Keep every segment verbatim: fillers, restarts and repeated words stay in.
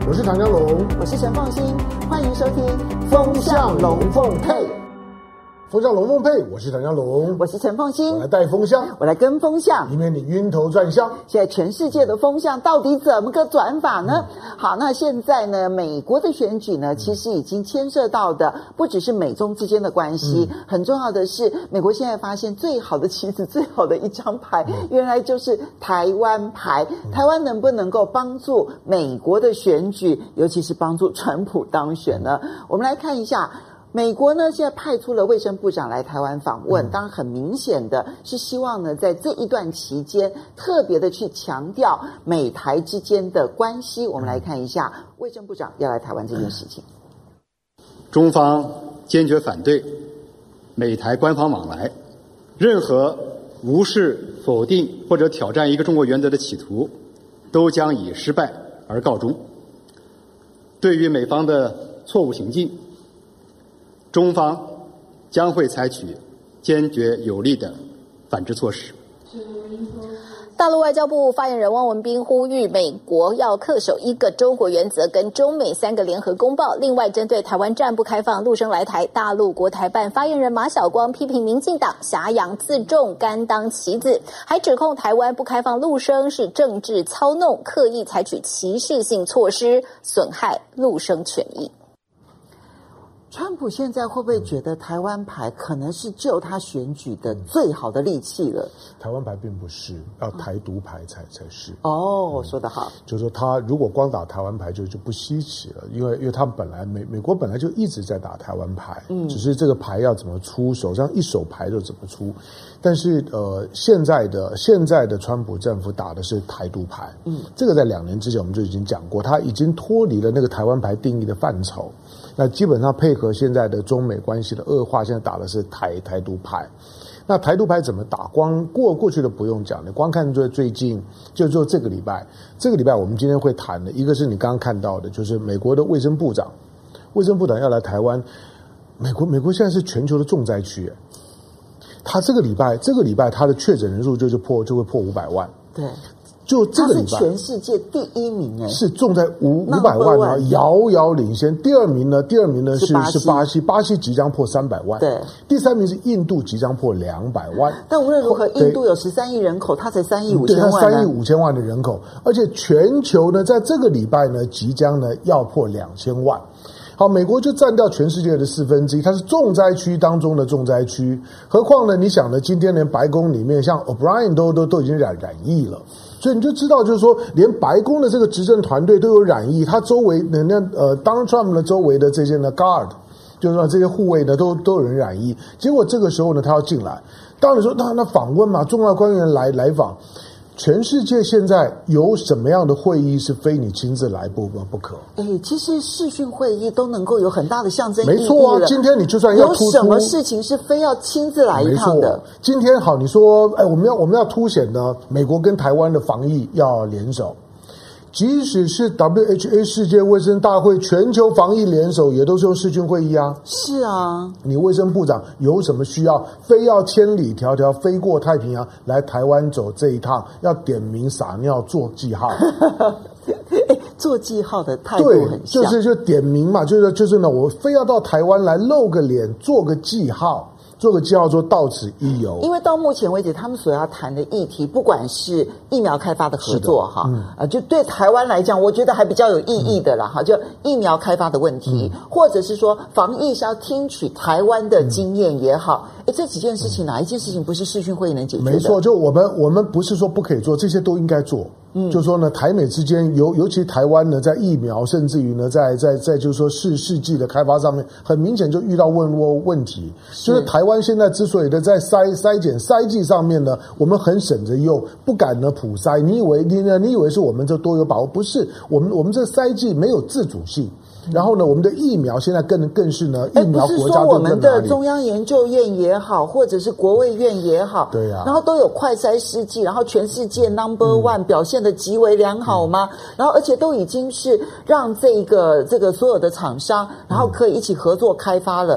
我是唐湘龙， 我是陈凤馨，欢迎收听《 风向龙凤配》。风向龙凤配，我是唐湘龙， 我是陈凤馨， 我来带风向， 我来跟风向， 以免你晕头转向。 现在全世界的风向到底怎么个转法呢？嗯、好，那现在呢，美国的选举呢，其实已经牵涉到的不只是美中之间的关系，嗯、很重要的是，美国现在发现最好的棋子、最好的一张牌，嗯、原来就是台湾牌。嗯、台湾能不能够帮助美国的选举，尤其是帮助川普当选呢？我们来看一下。美国呢，现在派出了卫生部长来台湾访问，当然很明显的是希望呢，在这一段期间特别的去强调美台之间的关系。我们来看一下卫生部长要来台湾这件事情。 中方坚决反对美台官方往来，任何无视、否定或者挑战一个中国原则的企图，都将以失败而告终。对于美方的错误行径，中方将会采取坚决有力的反制措施。 大陆外交部发言人汪文斌呼吁美国要恪守一个中国原则跟中美三个联合公报。另外，针对台湾暂不开放陆生来台，大陆国台办发言人马晓光批评民进党挟洋自重，甘当棋子，还指控台湾不开放陆生是政治操弄，刻意采取歧视性措施，损害陆生权益。 川普现在会不会觉得台湾牌可能是救他选举的最好的利器了？ 台湾牌并不是，要台独牌才才是。 哦，说得好。 就是说，他如果光打台湾牌就就不稀奇了，因为因为他们本来美美国本来就一直在打台湾牌，嗯，只是这个牌要怎么出，手上一手牌就怎么出。但是呃，现在的现在的川普政府打的是台独牌，嗯，这个在两年之前我们就已经讲过，他已经脱离了那个台湾牌定义的范畴。那基本上配合现在的中美关系的恶化，现在打的是台台独牌。那台独牌怎么打？光过过去的不用讲，你光看最最近，就就这个礼拜，这个礼拜我们今天会谈的，一个是你刚刚看到的，就是美国的卫生部长，卫生部长要来台湾。美国美国现在是全球的重灾区，他这个礼拜这个礼拜他的确诊人数就是破就会破五百万。 对。 就这个礼拜， 他是全世界第一名哎， 是重在五五百万啊，遥遥领先。第二名呢？第二名呢是是巴西，巴西即将破三百万。 对， 第三名是印度，即将破两百万。 但无论如何，印度有十三亿人口，它才三亿五千万， 对，它三亿五千万的人口，而且全球呢，在这个礼拜呢，即将呢要破两千万。好，美国就占掉全世界的四分之一，它是重灾区当中的重灾区。何况呢，你想呢，今天连白宫里面像 O'Brien 都都都已经染染疫了。所以你就知道，就是说，连白宫的这个执政团队都有染疫，他周围的那呃 Donald Trump 的周围的这些呢 guard， 就是说这些护卫呢都都有人染疫。结果这个时候呢，他要进来，当然说那那访问嘛，重要官员来来访。全世界现在有什么样的会议是非你亲自来不不可？ 哎，其实视讯会议都能够有很大的象征意义了。 没错啊，今天你就算要突出， 有什么事情是非要亲自来一趟的？ 今天好，你说，哎，我们要我们要凸显呢，美国跟台湾的防疫要联手。即使是 W H O 世界卫生大会全球防疫联手，也都是用视讯会议啊。 是啊， 你卫生部长有什么需要，非要千里迢迢飞过太平洋来台湾走这一趟，要点名撒尿做记号。 做记号的态度很像， 对，就是就点名嘛，就是就是呢，我非要到台湾来露个脸，做个记号。做个记号说到此一游， 因为到目前为止，他们所要谈的议题，不管是疫苗开发的合作哈，嗯、呃，就对台湾来讲，我觉得还比较有意义的啦哈，嗯、就疫苗开发的问题，嗯、或者是说防疫是要听取台湾的经验也好，哎、嗯，这几件事情哪一件事情不是视讯会议能解决的？ 没错，就我们我们不是说不可以做，这些都应该做。嗯，就说呢，台美之间尤尤其台湾呢，在疫苗甚至于呢，在在在就是说试试剂的开发上面，很明显就遇到问问问题。是就是台湾现在之所以的在筛筛检筛剂上面呢，我们很省着用，不敢呢普筛。你以为你呢？你以为是我们这多有把握？不是，我们我们这筛剂没有自主性。然后呢，我们的疫苗现在更更是呢，疫苗国家都在哪里？ 不是说我们的中央研究院也好，或者是国卫院也好， 对呀、啊， 然后都有快筛试剂，然后全世界 number one、嗯、表现的极为良好吗？嗯、然后而且都已经是让这个这个所有的厂商，然后可以一起合作开发了。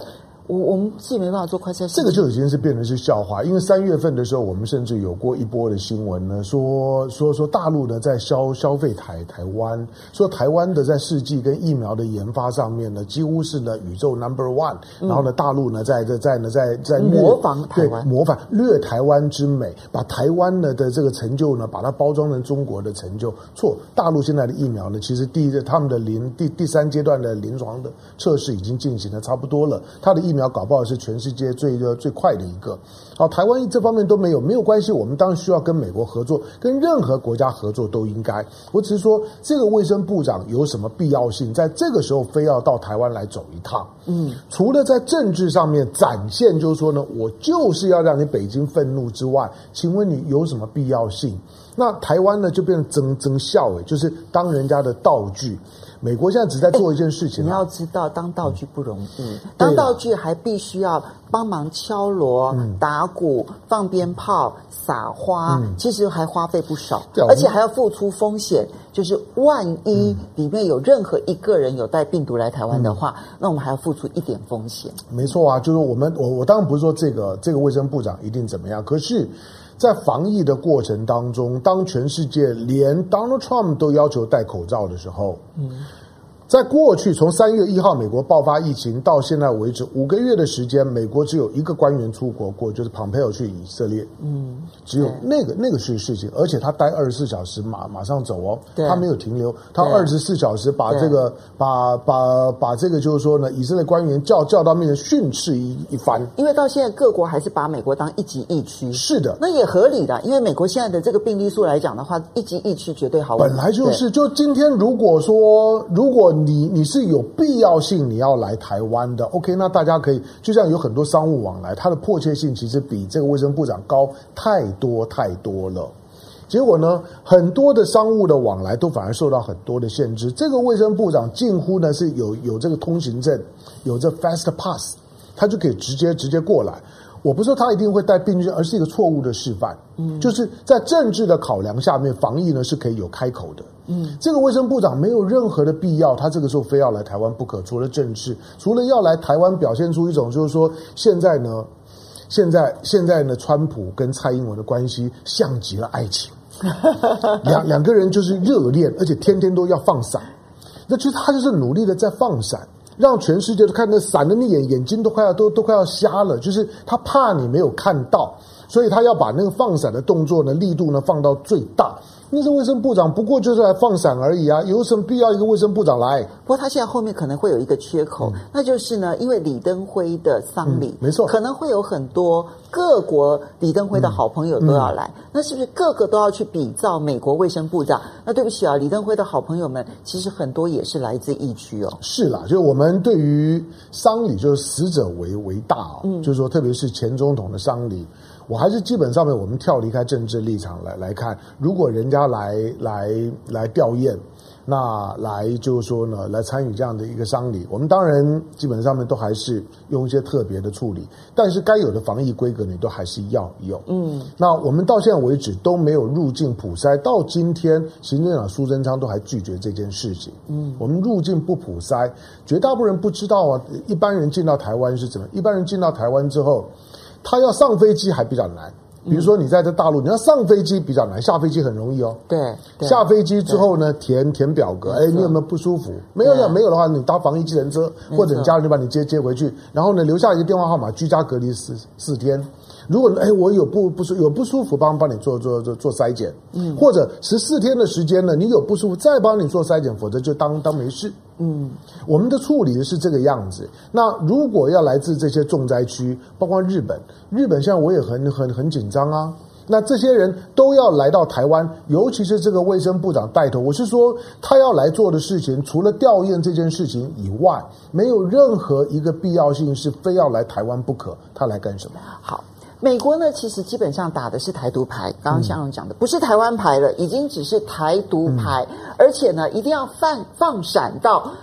我我们自己没办法做快筛， 这个就已经是变成是笑话。因为三月份的时候，我们甚至有过一波的新闻呢，说说说大陆呢在消消费台台湾，说台湾的在试剂跟疫苗的研发上面呢，几乎是呢宇宙 number one，、嗯、然后呢大陆呢在在在呢在在模仿台湾， 对模仿掠台湾之美，把台湾呢的这个成就呢，把它包装成中国的成就。错，大陆现在的疫苗呢，其实第一他们的临第第三阶段的临床的测试已经进行的差不多了，它的疫苗搞不好是全世界最最快的一个。好，台湾这方面都没有，没有关系，我们当然需要跟美国合作，跟任何国家合作都应该。我只是说，这个卫生部长有什么必要性，在这个时候非要到台湾来走一趟？嗯，除了在政治上面展现，就是说呢，我就是要让你北京愤怒之外，请问你有什么必要性？那台湾呢，就变成增增效诶，就是当人家的道具。美国现在只在做一件事情、啊欸， 你要知道，当道具不容易，嗯、当道具还必须要帮忙敲锣、嗯、打鼓、放鞭炮、撒花，嗯、其实还花费不少，而且还要付出风险。就是万一里面有任何一个人有带病毒来台湾的话，嗯、那我们还要付出一点风险。 没错啊，就是我们我我当然不是说这个这个卫生部长一定怎么样，可是。在防疫的过程当中，当全世界连 Donald Trump 都要求戴口罩的时候，嗯，在过去从三月一号美国爆发疫情到现在为止五个月的时间，美国只有一个官员出国过，就是 Pompeo 去以色列，嗯，只有那个那个是事情，而且他待二十四小时马马上走哦，他没有停留，他二十四小时把这个把把把这个就是说呢，以色列官员叫叫到面前训斥一一番， 因为到现在各国还是把美国当一级疫区， 是的， 那也合理的，因为美国现在的这个病例数来讲的话，一级疫区绝对好， 本来就是，就今天如果说如果你你是有必要性你要来台湾的 ，OK， 那大家可以，就像有很多商务往来，它的迫切性其实比这个卫生部长高太多太多了。结果呢，很多的商务的往来都反而受到很多的限制。这个卫生部长近乎呢是有有这个通行证，有这 fast pass， 他就可以直接直接过来。我不是说他一定会带病菌，而是一个错误的示范。嗯，就是在政治的考量下面，防疫呢是可以有开口的。嗯，这个卫生部长没有任何的必要，他这个时候非要来台湾不可。除了政治，除了要来台湾表现出一种就是说，现在呢，现在现在呢，川普跟蔡英文的关系像极了爱情，两两个人就是热恋，而且天天都要放闪。那其实他就是努力的在放闪。让全世界都看得闪的你眼眼睛都快要都都快要瞎了，就是他怕你没有看到，所以他要把那个放闪的动作呢力度呢放到最大。那是卫生部长不过就是来放闪而已啊，有什么必要一个卫生部长来？ 不过他现在后面可能会有一个缺口，嗯、那就是呢，因为李登辉的丧礼， 嗯、没错， 可能会有很多各国李登辉的好朋友都要来，嗯、那是不是各个都要去比照美国卫生部长？那对不起啊，李登辉的好朋友们其实很多也是来自疫区哦。 是啦，就是我们对于丧礼，就是死者为为大啊、哦，嗯、就是说特别是前总统的丧礼。我还是基本上面，我们跳离开政治立场来来看，如果人家来来来吊唁，那来就是说呢，来参与这样的一个丧礼，我们当然基本上面都还是用一些特别的处理，但是该有的防疫规格你都还是要有。嗯，那我们到现在为止都没有入境普筛，到今天行政长苏贞昌都还拒绝这件事情。嗯，我们入境不普筛，绝大部分人不知道啊，一般人进到台湾是怎么？一般人进到台湾之后。他要上飞机还比较难，比如说你在这大陆，你要上飞机比较难，下飞机很容易哦。 对， 下飞机之后呢，填填表格，哎，你有没有不舒服？没有的，没有的话，你搭防疫计程车，或者你家人就把你接接回去，然后呢，留下一个电话号码，居家隔离四四天。如果哎我有不不舒有不舒服，帮帮你做做做做筛检，嗯，或者十四天的时间呢，你有不舒服再帮你做筛检，否则就当当没事。嗯，我们的处理是这个样子。那如果要来自这些重灾区，包括日本，日本现在我也很很很紧张啊。那这些人都要来到台湾，尤其是这个卫生部长带头，我是说他要来做的事情，除了吊唁这件事情以外，没有任何一个必要性是非要来台湾不可。他来干什么？ 好。美国呢，其实基本上打的是台独牌，刚刚向荣讲的，不是台湾牌了，已经只是台独牌，嗯、而且呢，一定要放放闪到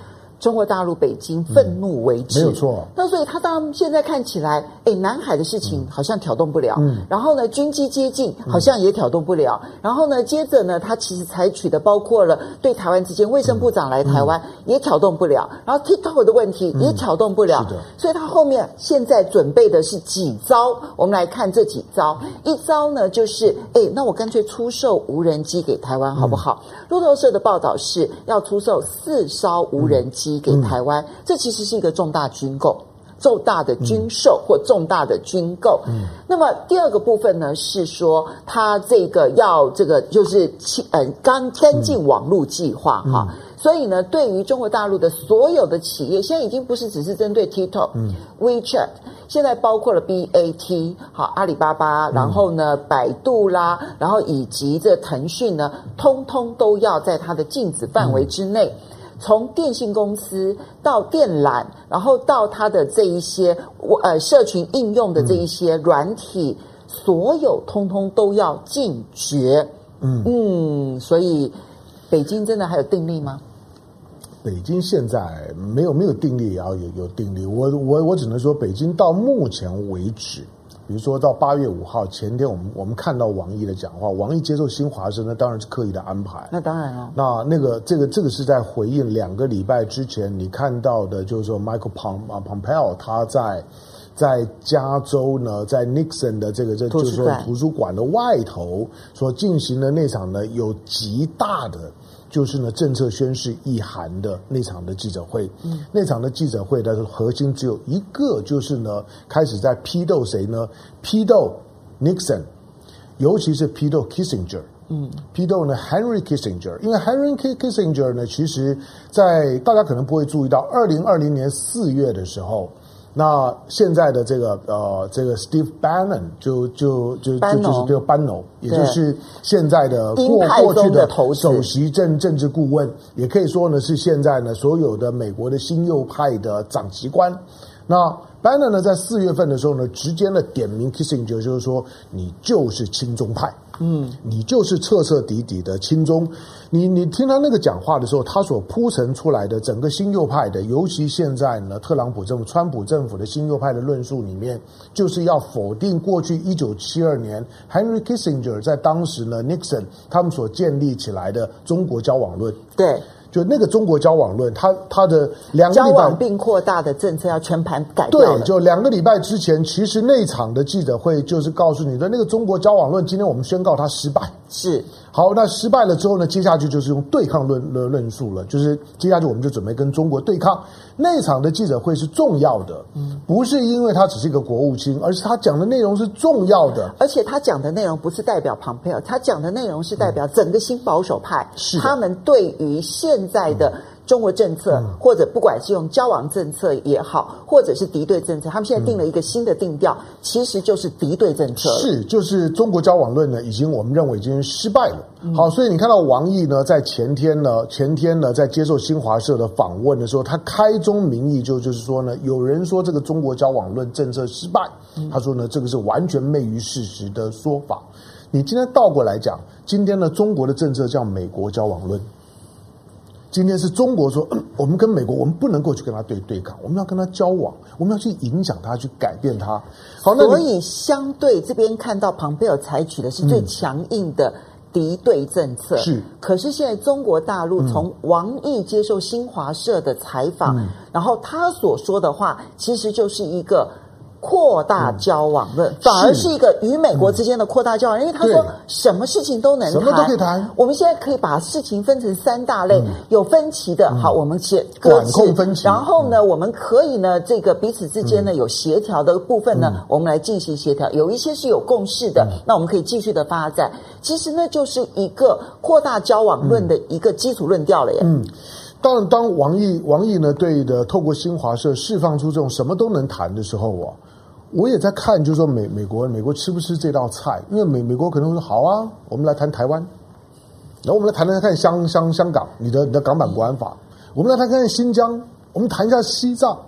中国大陆北京愤怒为止， 嗯、没有错。 那所以他当然现在看起来，哎，南海的事情好像挑动不了，嗯，然后呢，军机接近好像也挑动不了，嗯、然后呢，接着呢，他其实采取的包括了对台湾之间卫生部长来台湾、嗯、也挑动不了，然后 TikTok 的问题也挑动不了， 嗯、 所以他后面现在准备的是几招，我们来看这几招。一招呢，就是哎，那我干脆出售无人机给台湾好不好？嗯、路透社的报道是要出售四艘无人机给台湾，嗯、这其实是一个重大军购。重大的军售或重大的军购，嗯，那么第二个部分呢是说，它这个要这个就是呃干干净网络计划哈、嗯，所以呢，对于中国大陆的所有的企业，现在已经不是只是针对 TikTok、嗯、WeChat， 现在包括了 B A T 好阿里巴巴，然后呢、嗯、百度啦，然后以及这腾讯呢，通通都要在它的禁止范围之内。嗯，从电信公司到电缆，然后到它的这一些呃社群应用的这一些软体，嗯、所有通通都要禁绝。嗯嗯，所以北京真的还有定力吗？ 北京现在没有没有定力，也要有有定力。我我我只能说，北京到目前为止。比如说到八月五号前天，我们我们看到王毅的讲话，王毅接受新华社，那当然是刻意的安排。 那当然了。 那那个这个这个是在回应两个礼拜之前你看到的，就是说 Michael Pompeo 他在在加州呢，在 Nixon 的这个这就是说图书馆的外头所进行的那场呢有极大的。就是呢，政策宣示意涵的那场的记者会，嗯，那场的记者会的核心只有一个，就是呢，开始在批斗谁呢？批斗 Nixon， 尤其是批斗 Kissinger， 嗯，批斗呢 Henry Kissinger， 因为 Henry Kissinger 呢，其实在大家可能不会注意到，二零二零年四月的时候。那现在的这个呃，这个 Steve Bannon 就就就就就是这个 Bannon， 也就是现在的过过去的首席政政治顾问，也可以说呢是现在呢所有的美国的新右派的长级官。那 Bannon 呢在四月份的时候呢，直接呢点名 Kissinger， 就是说你就是亲中派。嗯，你就是彻彻底底的亲中。你你听他那个讲话的时候，他所铺陈出来的整个新右派的，尤其现在呢，特朗普政府、川普政府的新右派的论述里面，就是要否定过去一九七二年 Henry Kissinger 在当时呢 Nixon 他们所建立起来的中国交往论。 对。 就那个中国交往论，它它的两个礼拜交往并扩大的政策要全盘改掉了。 对，就两个礼拜之前，其实那场的记者会就是告诉你的那个中国交往论，今天我们宣告它失败。 是。 好，那失败了之后呢，接下去就是用对抗论论论述了，就是接下去我们就准备跟中国对抗。那场的记者会是重要的，嗯，不是因为他只是一个国务卿，而是他讲的内容是重要的， 而且他讲的内容不是代表蓬佩奥，他讲的内容是代表整个新保守派， 是、嗯、 他们对于现在的中国政策、嗯，或者不管是用交往政策也好，或者是敌对政策，他们现在定了一个新的定调，嗯、其实就是敌对政策。 是，就是中国交往论呢，已经我们认为已经失败了。嗯、好，所以你看到王毅呢，在前天呢，前天呢，在接受新华社的访问的时候，他开宗明义就就是说呢，有人说这个中国交往论政策失败，嗯、他说呢，这个是完全昧于事实的说法。你今天倒过来讲，今天呢，中国的政策叫美国交往论。今天是中国说、嗯，我们跟美国，我们不能够去跟他对对抗，我们要跟他交往，我们要去影响他，去改变他。好，那所以相对这边看到庞佩尔采取的是最强硬的敌对政策， 是、嗯。 可是现在中国大陆从王毅接受新华社的采访，嗯、然后他所说的话，其实就是一个扩大交往论、嗯，反而是一个与美国之间的扩大交往、嗯，因为他说什么事情都能谈， 什么都可以谈。 我们现在可以把事情分成三大类，嗯、有分歧的，好，我们先管控分歧。 然后呢，嗯、我们可以呢，这个彼此之间呢、嗯、有协调的部分呢、嗯，我们来进行协调。有一些是有共识的，嗯、那我们可以继续的发展。其实呢，就是一个扩大交往论的一个基础论调了耶。 嗯。当然，当王毅王毅呢对的透过新华社释放出这种什么都能谈的时候啊，我也在看，就是说美美国美国吃不吃这道菜？因为美美国可能会说好啊，我们来谈台湾，然后我们来谈谈看香香香港，你的你的港版国安法，我们来谈看看新疆，我们谈一下西藏。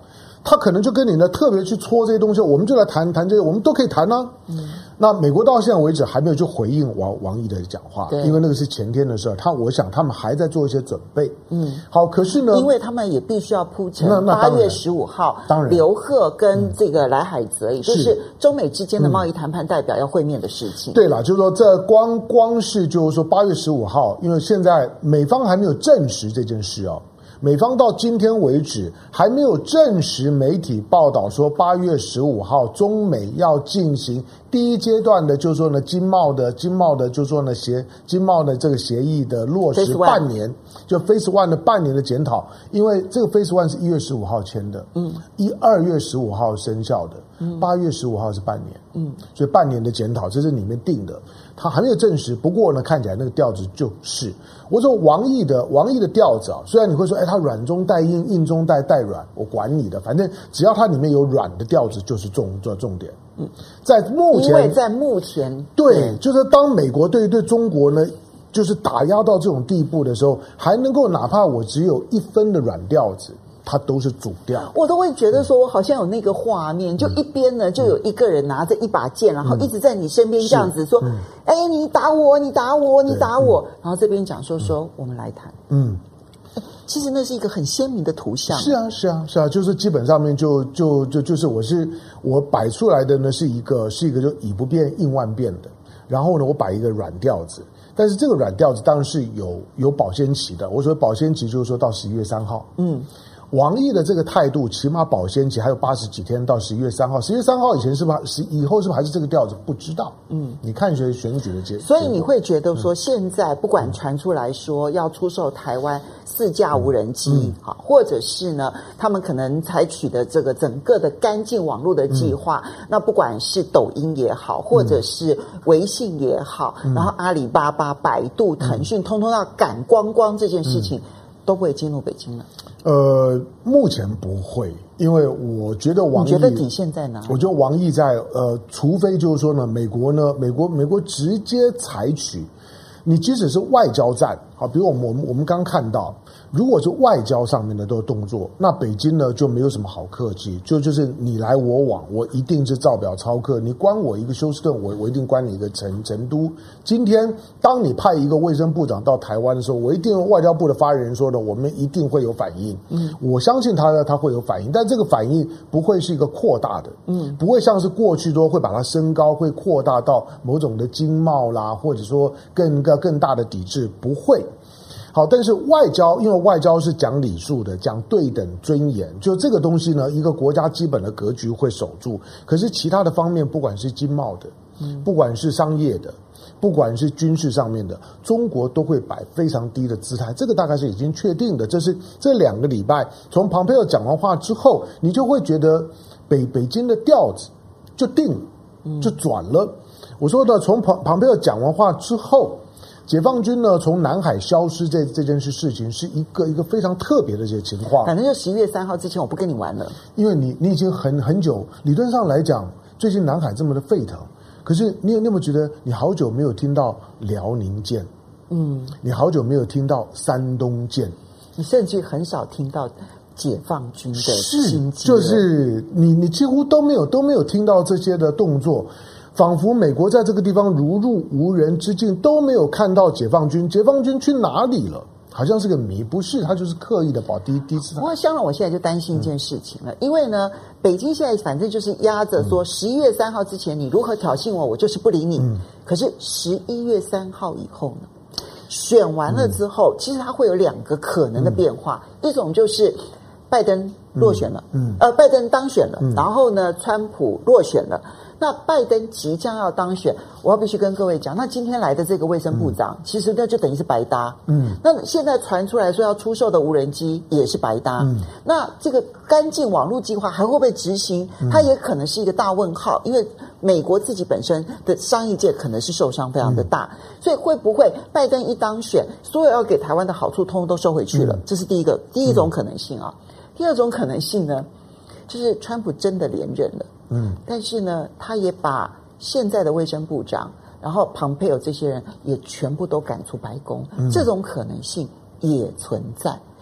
他可能就跟你呢特别去戳这些东西，我们就来谈谈这些，我们都可以谈啊。嗯，那美国到现在为止还没有去回应王王毅的讲话，因为那个是前天的事儿，他我想他们还在做一些准备。嗯，好，可是呢， 因为他们也必须要铺陈八月十五号， 当然刘鹤跟这个来海泽，也就是中美之间的贸易谈判代表要会面的事情。 对了，就是说这光光是就是说八月十五号，因为现在美方还没有证实这件事哦。美方到今天为止还没有证实媒体报道说八月十五号中美要进行第一阶段的，就是说呢经贸的经贸的，就是说呢协经贸的这个协议的落实半年，就 Phase One 的半年的检讨，因为这个 Phase One 是一月十五号签的，嗯，一二月十五号生效的，嗯，八月十五号是半年，嗯，所以半年的检讨这是里面定的，他还没有证实，不过呢看起来那个调子就是，我说王毅的王毅的调子啊，虽然你会说，哎，他软中带硬，硬中带带软，我管你的，反正只要它里面有软的调子，就是重做重点。嗯，在目前， 因为在目前， 对，就是当美国对对中国呢，就是打压到这种地步的时候，还能够哪怕我只有一分的软调子，它都是主调。 我都会觉得说，我好像有那个画面，就一边呢就有一个人拿着一把剑，然后一直在你身边这样子说：“哎，你打我，你打我，你打我。”然后这边讲说说，我们来谈。嗯。其实那是一个很鲜明的图像。 是啊，是啊，是啊，就是基本上面就就就就是我是我摆出来的呢是一个是一个就以不变应万变的，然后呢我摆一个软调子，但是这个软调子当然是有有保鲜期的。我说保鲜期就是说到十一月三号。嗯。王毅的这个态度，起码保鲜期还有八十几天到十一月三号。十一月三号以前是不是以后是不是还是这个调子？不知道。嗯，你看谁选举的结果。 所以你会觉得说，现在不管传出来说要出售台湾四架无人机，啊、嗯，或者是呢，他们可能采取的这个整个的干净网络的计划，嗯、那不管是抖音也好，或者是微信也好，嗯、然后阿里巴巴、百度、腾讯，通通要赶光光这件事情。嗯都不会进入北京了。 呃，目前不会，因为我觉得王毅， 你觉得底线在哪？ 我觉得王毅在呃，除非就是说呢，美国呢，美国美国直接采取，你即使是外交战，好，比如我们我们我们刚看到，如果是外交上面的都动作，那北京呢就没有什么好客气，就就是你来我往，我一定是照表操课。你关我一个休斯顿，我我一定关你一个成成都。今天当你派一个卫生部长到台湾的时候，我一定外交部的发言人说的，我们一定会有反应。嗯，我相信他呢，他会有反应，但这个反应不会是一个扩大的，嗯，不会像是过去说会把它升高，会扩大到某种的经贸啦，或者说更更更大的抵制，不会。好，但是外交，因为外交是讲礼数的，讲对等尊严，就这个东西呢，一个国家基本的格局会守住。可是其他的方面，不管是经贸的，嗯，不管是商业的，不管是军事上面的，中国都会摆非常低的姿态。这个大概是已经确定的。这是这两个礼拜，从庞佩奥讲完话之后，你就会觉得北北京的调子就定了，就转了。我说的，从庞庞佩奥讲完话之后。解放军呢，从南海消失这这件事事情是一个一个非常特别的一些情况。 反正就十一月三号之前，我不跟你玩了， 因为你你已经很很久，理论上来讲，最近南海这么的沸腾，可是你有你有没有觉得你好久没有听到辽宁舰？嗯，你好久没有听到山东舰， 你甚至很少听到解放军的心机， 就是你你几乎都没有都没有听到这些的动作。仿佛美国在这个地方如入无人之境，都没有看到解放军。解放军去哪里了？好像是个谜。不是，他就是刻意的保第一第一次。 不过，香港我现在就担心一件事情了，嗯、因为呢，北京现在反正就是压着说，十一月三号之前你如何挑衅我，我就是不理你。嗯、可是十一月三号以后呢？选完了之后，嗯、其实它会有两个可能的变化，嗯、一种就是拜登落选了，嗯，呃，拜登当选了，嗯、然后呢，川普落选了。那拜登即将要当选，我要必须跟各位讲，那今天来的这个卫生部长，嗯、其实那就等于是白搭。嗯，那现在传出来说要出售的无人机也是白搭。嗯，那这个干净网络计划还会不会执行？嗯、它也可能是一个大问号，因为美国自己本身的商业界可能是受伤非常的大，嗯、所以会不会拜登一当选，所有要给台湾的好处通通都收回去了？嗯、这是第一个第一种可能性啊。嗯、第二种可能性呢，就是川普真的连任了。嗯，但是呢，他也把现在的卫生部长，然后庞佩奥这些人也全部都赶出白宫，嗯、这种可能性也存在。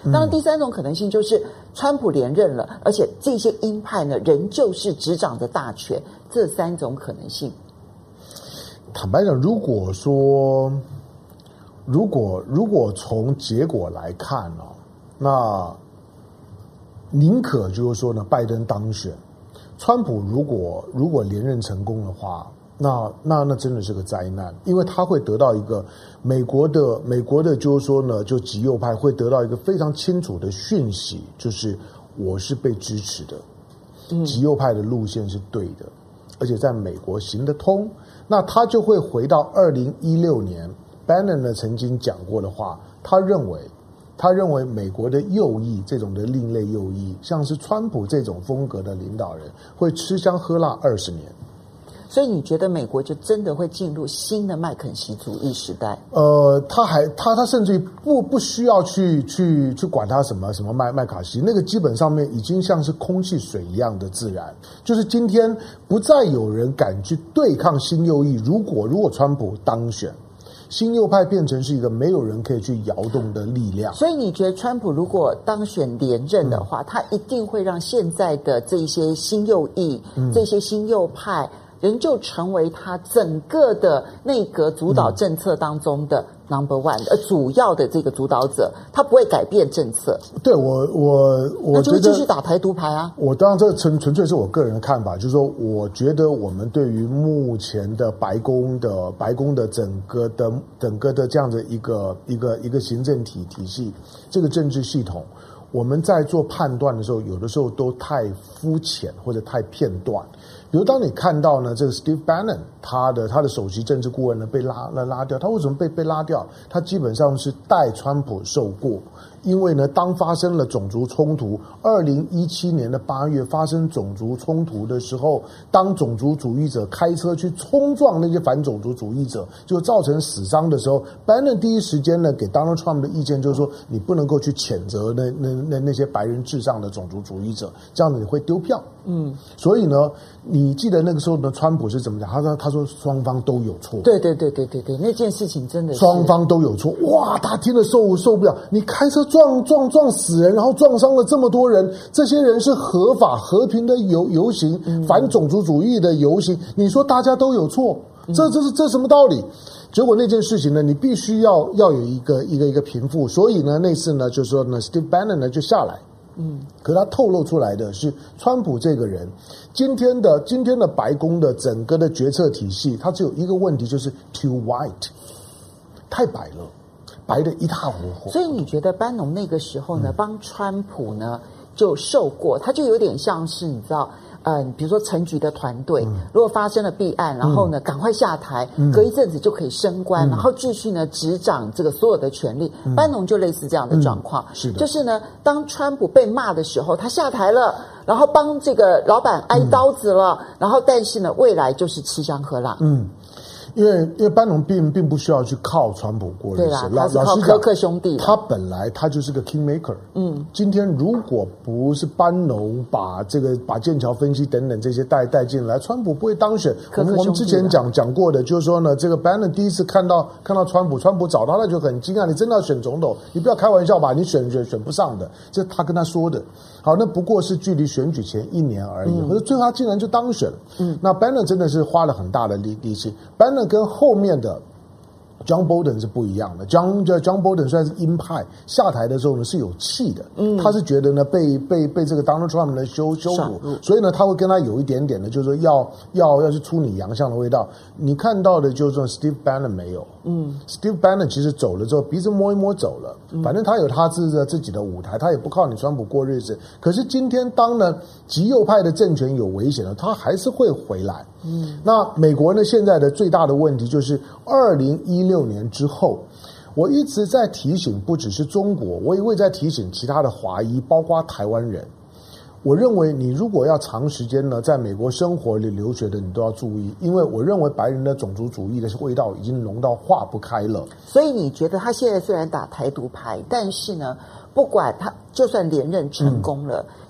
当然，第三种可能性就是川普连任了，而且这些鹰派呢仍旧是执掌着大权。这三种可能性， 坦白讲，如果说如果如果从结果来看哦，那宁可就是说呢，拜登当选，川普如果如果连任成功的话，那那那真的是个灾难，因为他会得到一个美国的美国的，就是说呢，就极右派会得到一个非常清楚的讯息，就是我是被支持的，极右派的路线是对的，而且在美国行得通，那他就会回到二零一六年 Bannon 呢曾经讲过的话，他认为。他认为美国的右翼这种的另类右翼，像是川普这种风格的领导人，会吃香喝辣二十年。 所以你觉得美国就真的会进入新的麦肯锡主义时代？ 呃，他还他他甚至于不不需要去去去管他什么什么麦麦卡锡，那个基本上面已经像是空气水一样的自然。就是今天不再有人敢去对抗新右翼。如果如果川普当选，新右派变成是一个没有人可以去摇动的力量。 所以你觉得川普如果当选连任的话，嗯、他一定会让现在的这一些新右翼、嗯、这些新右派仍旧成为他整个的内阁主导政策当中的 number one，呃，主要的这个主导者，他不会改变政策。 对我，我我觉得那就继续打台独牌啊。 我当然这纯纯粹是我个人的看法，就是说，我觉得我们对于目前的白宫的白宫的整个的整个的这样的一个一个一个行政体体系，这个政治系统，我们在做判断的时候，有的时候都太肤浅或者太片段。比如当你看到呢，这个 Steve Bannon 他的他的首席政治顾问呢被拉拉拉掉，他为什么被被拉掉？他基本上是代川普受过，因为呢，当发生了种族冲突，二零一七年的八月发生种族冲突的时候，当种族主义者开车去冲撞那些反种族主义者，就造成死伤的时候 ，Bannon 第一时间呢给 Donald Trump 的意见就是说，你不能够去谴责那那那那些白人至上的种族主义者，这样子你会丢票。嗯，所以呢，你记得那个时候呢，川普是怎么讲？他说：“他说双方都有错。” 对对对对对对，那件事情真的是双方都有错。哇，他听了受受不了。你开车撞撞撞死人，然后撞伤了这么多人，这些人是合法和平的游游行，嗯、反种族主义的游行。你说大家都有错，这这是这什么道理？结果那件事情呢，你必须要要有一个一个一个平复。所以呢，那次呢，就是说呢 ，Steve Bannon 呢就下来。嗯，可他透露出来的是，川普这个人，今天的今天的白宫的整个的决策体系，它只有一个问题，就是 too white， 太白了，白的一塌糊涂。 所以你觉得班农那个时候呢，嗯、帮川普呢就受过，他就有点像是你知道。嗯、呃，比如说陈局的团队，嗯、如果发生了弊案，然后呢，赶、嗯、快下台，嗯、隔一阵子就可以升官，嗯、然后继续呢执掌这个所有的权力。嗯、班农就类似这样的状况， 嗯、是的， 就是呢，当川普被骂的时候，他下台了，然后帮这个老板挨刀子了，嗯、然后但是呢，未来就是吃香喝辣。 嗯。因为因为班农并并不需要去靠川普过日子， 对啦，他是靠柯克兄弟， 他本来他就是个 kingmaker。嗯，今天如果不是班农把这个把剑桥分析等等这些带带进来，川普不会当选。我们我们之前讲讲过的，就是说呢，这个班农第一次看到看到川普，川普找他了就很惊讶，你真的要选总统？你不要开玩笑吧，你选选选不上的，这是他跟他说的。好，那不过是距离选举前一年而已，可是、嗯、最后他竟然就当选了。嗯，那班农真的是花了很大的力力气，班农跟后面的 John Bolton 是不一样的。John John Bolton 虽然是鹰派，下台的时候呢是有气的，嗯，他是觉得呢被被被这个 Donald Trump 的羞羞辱，所以呢他会跟他有一点点的，就是说要要要去出你洋相的味道。你看到的就是说 Steve Bannon 没有，嗯 ，Steve Bannon 其实走了之后鼻子摸一摸走了，嗯、反正他有他自自己的舞台，他也不靠你川普过日子。可是今天当呢极右派的政权有危险了，他还是会回来。嗯，那美国呢现在的最大的问题就是二零一六年之后，我一直在提醒，不只是中国，我也会在提醒其他的华裔，包括台湾人。我认为你如果要长时间呢在美国生活里留学的，你都要注意，因为我认为白人的种族主义的味道已经浓到化不开了。 所以你觉得他现在虽然打台独牌，但是呢，不管他就算连任成功了，嗯、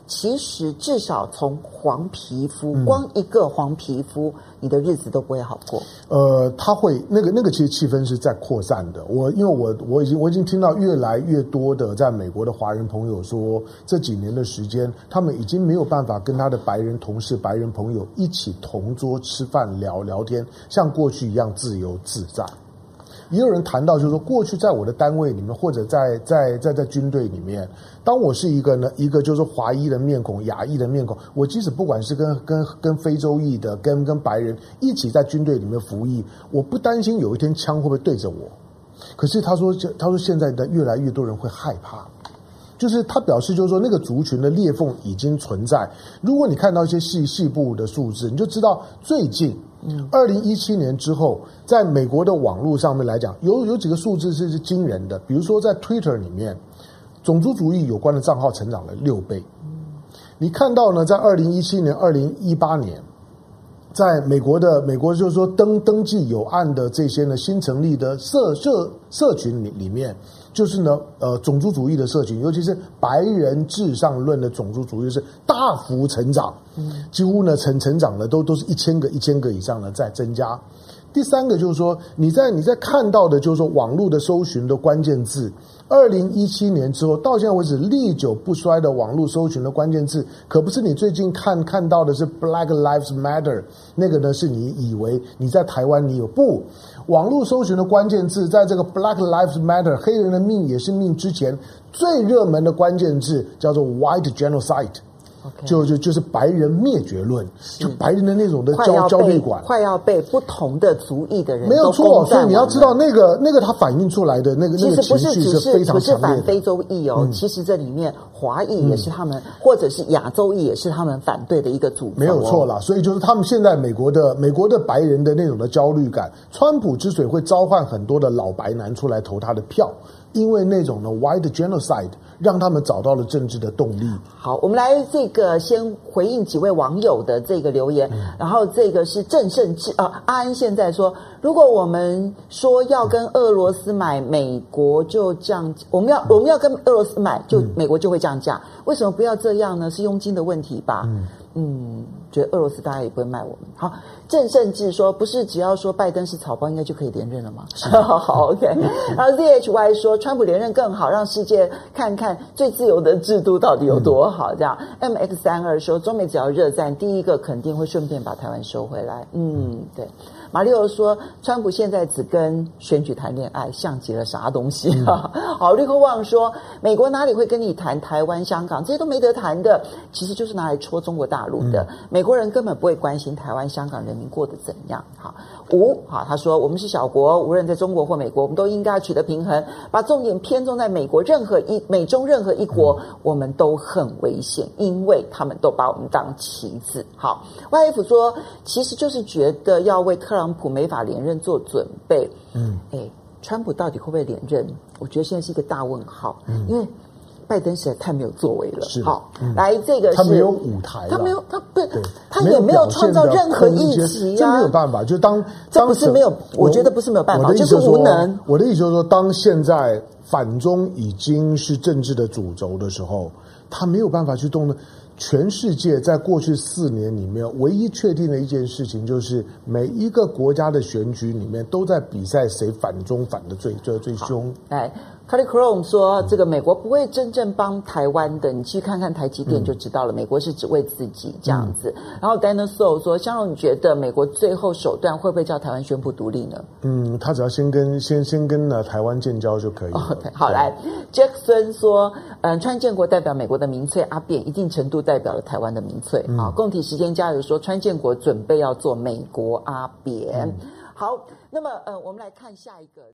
其实至少从黄皮肤，嗯、光一个黄皮肤，你的日子都不会好过。 呃，他会那个那个其实气氛是在扩散的。我因为我我已经我已经听到越来越多的在美国的华人朋友说，这几年的时间，他们已经没有办法跟他的白人同事、白人朋友一起同桌吃饭聊聊天，像过去一样自由自在。也有人谈到，就是说，过去在我的单位里面，或者在在在在军队里面，当我是一个呢一个就是华裔的面孔、亚裔的面孔，我即使不管是跟跟跟非洲裔的、跟跟白人一起在军队里面服役，我不担心有一天枪会不会对着我。可是他说，他说现在的越来越多人会害怕。就是他表示，就是说那个族群的裂缝已经存在。如果你看到一些细细部的数字，你就知道最近二零一七年之后，在美国的网络上面来讲，有有几个数字是是惊人的。比如说在 Twitter 里面，种族主义有关的账号成长了六倍。你看到呢，在二零一七年、二零一八年，在美国的美国就是说登登记有案的这些呢新成立的社社社群里里面。就是呢，呃，种族主义的社群，尤其是白人至上论的种族主义是大幅成长，嗯，几乎呢成成长的都都是一千个、一千个以上的在增加。第三个就是说，你在你在看到的，就是说网络的搜寻的关键字，二零一七年之后到现在为止历久不衰的网络搜寻的关键字，可不是你最近看看到的是 Black Lives Matter， 那个呢是你以为你在台湾你有不。网络搜寻的关键字，在这个 Black Lives Matter 黑人的命也是命之前，最热门的关键字叫做 White Genocide。Okay. 就就就是白人灭绝论，就白人的那种的焦焦虑感， 快要被不同的族裔的人没有错，所以你要知道那个那个他反映出来的那个那个情绪是非常强烈的。 不是反非洲裔哦，嗯、其实这里面华裔也是他们，嗯、或者是亚洲裔也是他们反对的一个组织、哦， 没有错啦。所以就是他们现在美国的美国的白人的那种的焦虑感，川普之所以会召唤很多的老白男出来投他的票。因为那种的 white genocide 让他们找到了政治的动力。 好，我们来这个先回应几位网友的这个留言，嗯、然后这个是郑胜志啊，阿安现在说，如果我们说要跟俄罗斯买，美国就降，我们要我们要跟俄罗斯买，就美国就会降价，嗯、为什么不要这样呢？是佣金的问题吧？嗯。嗯，觉得俄罗斯大概也不会卖我们。好，郑胜志说，不是只要说拜登是草包，应该就可以连任了吗？好 ，OK。然后 Z H Y 说，川普连任更好，让世界看看最自由的制度到底有多好。这样 M X 三二说，中美只要热战，第一个肯定会顺便把台湾收回来。嗯，对。马里奥说，川普现在只跟选举谈恋爱，像极了啥东西啊？嗯、好，绿扣旺说，美国哪里会跟你谈台湾、香港，这些都没得谈的，其实就是拿来戳中国大陆的。嗯、美国人根本不会关心台湾、香港人民过得怎样。好，吴好，他说，我们是小国，无论在中国或美国，我们都应该取得平衡，把重点偏重在美国任何一美中任何一国，嗯、我们都很危险，因为他们都把我们当棋子。好 ，Y F 说，其实就是觉得要为特朗普没法连任做准备。嗯，哎，川普到底会不会连任？我觉得现在是一个大问号，嗯、因为拜登实在太没有作为了。 是， 好，嗯、来这个是他没有舞台， 他没有，他不，他也没有创造任何议题啊，这没有办法。就当这不是没有，我觉得不是没有办法，就是无能。 我的意思就是说，当现在反中已经是政治的主轴的时候，他没有办法去动的。全世界在过去四年里面，唯一确定的一件事情就是，每一个国家的选举里面都在比赛谁反中反的最最最凶。 来 Carly Chrome 说，这个美国不会真正帮台湾的，你去看看台积电就知道了，嗯、美国是只为自己这样子。嗯、然后 Dinosaur 说，香龙，你觉得美国最后手段会不会叫台湾宣布独立呢？ 嗯，他只要先跟先先跟呢台湾建交就可以了。 Okay, 好，来 Jackson 说，嗯，川建国代表美国的民粹，阿扁一定程度代表了台湾的民粹。嗯、好，共体时间加油说，川建国准备要做美国阿扁。嗯、好，那么呃，我们来看下一个。